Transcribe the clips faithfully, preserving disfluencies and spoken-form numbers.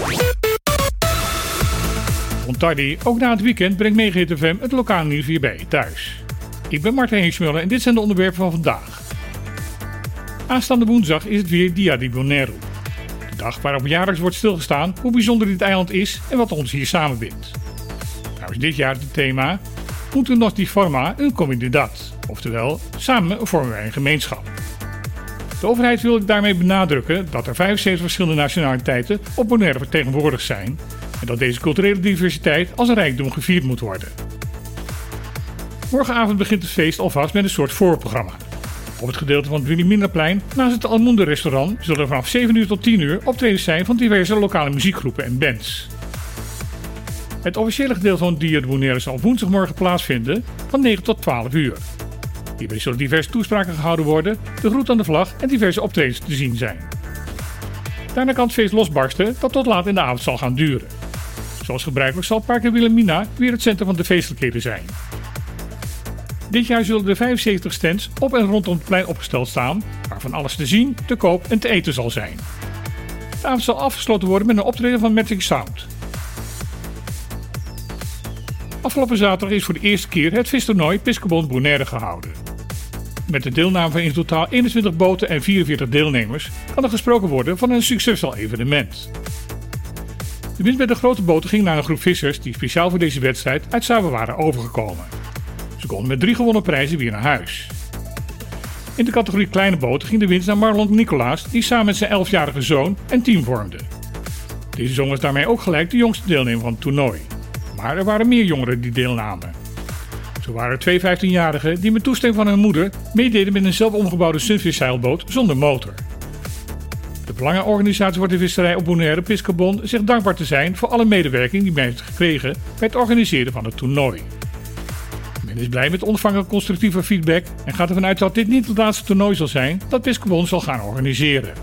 Tardy, ook na het weekend brengt Megahit F M het lokale nieuws weer bij je thuis. Ik ben Martijn Heersmuller en dit zijn de onderwerpen van vandaag. Aanstaande woensdag is het weer Dia di Bonaire. De dag waarop jaarlijks wordt stilgestaan hoe bijzonder dit eiland is en wat ons hier samenbindt. Nou is dit jaar het thema Juntos nos di forma een comunidad, oftewel samen vormen wij een gemeenschap. De overheid wil daarmee benadrukken dat er vijfenzeventig verschillende nationaliteiten op Bonaire vertegenwoordigd zijn en dat deze culturele diversiteit als een rijkdom gevierd moet worden. Morgenavond begint het feest alvast met een soort voorprogramma. Op het gedeelte van het Wilhelminaplein, naast het Almonde restaurant, zullen er vanaf zeven uur tot tien uur optredens zijn van diverse lokale muziekgroepen en bands. Het officiële gedeelte van Dia di Bonaire zal woensdagmorgen plaatsvinden van negen tot twaalf uur. Hierbij zullen diverse toespraken gehouden worden, de groet aan de vlag en diverse optredens te zien zijn. Daarna kan het feest losbarsten dat tot laat in de avond zal gaan duren. Zoals gebruikelijk zal Parque Wilhelmina weer het centrum van de feestelijkheden zijn. Dit jaar zullen er vijfenzeventig stands op en rondom het plein opgesteld staan, waarvan alles te zien, te koop en te eten zal zijn. De avond zal afgesloten worden met een optreden van Magic Sound. Afgelopen zaterdag is voor de eerste keer het vistoernooi Piscobon Bonaire gehouden. Met de deelname van in totaal eenentwintig boten en vierenveertig deelnemers kan er gesproken worden van een succesvol evenement. De winst met de grote boten ging naar een groep vissers die speciaal voor deze wedstrijd uit Saba waren overgekomen. Ze konden met drie gewonnen prijzen weer naar huis. In de categorie kleine boten ging de winst naar Marlon Nicolaas, die samen met zijn elfjarige zoon een team vormde. Deze zoon was daarmee ook gelijk de jongste deelnemer van het toernooi. Maar er waren meer jongeren die deelnamen. Zo waren er twee vijftienjarigen die met toestemming van hun moeder meededen met een zelf omgebouwde sunviszeilboot zonder motor. De belangenorganisatie voor de visserij op Bonaire, Piscobon, zegt dankbaar te zijn voor alle medewerking die men heeft gekregen bij het organiseren van het toernooi. Men is blij met de ontvangen constructieve feedback en gaat ervan uit dat dit niet het laatste toernooi zal zijn dat Piscobon zal gaan organiseren.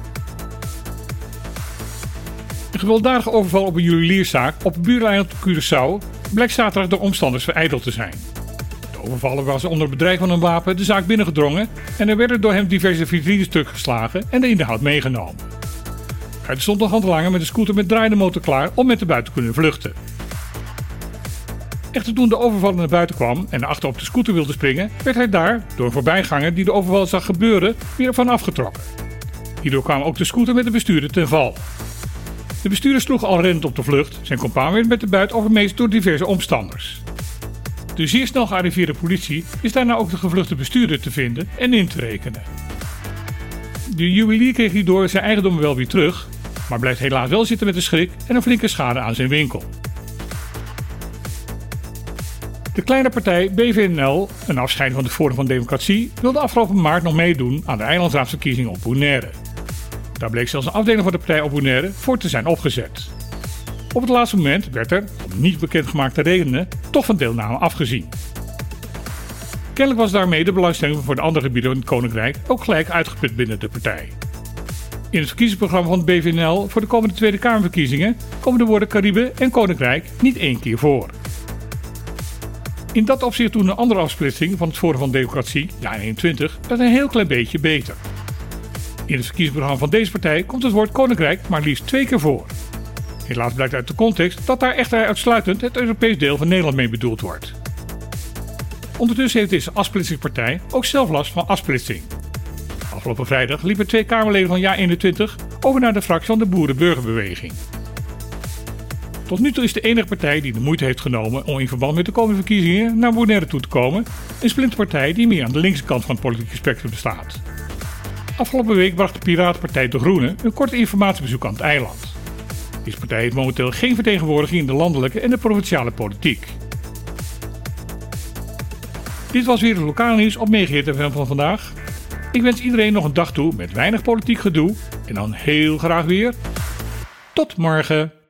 Een gewelddadige overval op een juwelierszaak op het buureiland Curaçao blijkt zaterdag door omstanders verijdeld te zijn. De overvaller was onder bedreiging van een wapen de zaak binnengedrongen en er werden door hem diverse vitrines teruggeslagen en de inhoud meegenomen. Hij stond nog handelanger met een scooter met draaiende motor klaar om met de buiten te kunnen vluchten. Echter toen de overvaller naar buiten kwam en achter op de scooter wilde springen, werd hij daar, door een voorbijganger die de overval zag gebeuren, weer van afgetrokken. Hierdoor kwam ook de scooter met de bestuurder ten val. De bestuurder sloeg al rennend op de vlucht, zijn compaan werd met de buit overmeesterd door diverse omstanders. De zeer snel gearriveerde politie is daarna ook de gevluchte bestuurder te vinden en in te rekenen. De juwelier kreeg hierdoor zijn eigendom wel weer terug, maar blijft helaas wel zitten met de schrik en een flinke schade aan zijn winkel. De kleine partij B V N L, een afscheiding van de Forum van Democratie, wilde afgelopen maart nog meedoen aan de eilandsraadsverkiezingen op Bonaire. Daar bleek zelfs een afdeling van de partij op Bonaire voor te zijn opgezet. Op het laatste moment werd er, om niet bekendgemaakte redenen, toch van deelname afgezien. Kennelijk was daarmee de belangstelling voor de andere gebieden van het Koninkrijk ook gelijk uitgeput binnen de partij. In het verkiezingsprogramma van het B V N L voor de komende Tweede Kamerverkiezingen komen de woorden Caribe en Koninkrijk niet één keer voor. In dat opzicht toen een andere afsplitsing van het Forum van Democratie, ja eenentwintig, dat een heel klein beetje beter. In het verkiezingsprogramma van deze partij komt het woord Koninkrijk maar liefst twee keer voor. Helaas blijkt uit de context dat daar echter uitsluitend het Europees deel van Nederland mee bedoeld wordt. Ondertussen heeft deze afsplitsingspartij ook zelf last van afsplitsing. Afgelopen vrijdag liepen twee Kamerleden van Ja eenentwintig over naar de fractie van de Boerenburgerbeweging. Tot nu toe is de enige partij die de moeite heeft genomen om in verband met de komende verkiezingen naar Bonaire toe te komen een splinterpartij die meer aan de linkse kant van het politieke spectrum bestaat. Afgelopen week bracht de Piratenpartij De Groenen een korte informatiebezoek aan het eiland. Deze partij heeft momenteel geen vertegenwoordiging in de landelijke en de provinciale politiek. Dit was weer het lokale nieuws op Megahit F M van vandaag. Ik wens iedereen nog een dag toe met weinig politiek gedoe en dan heel graag weer tot morgen.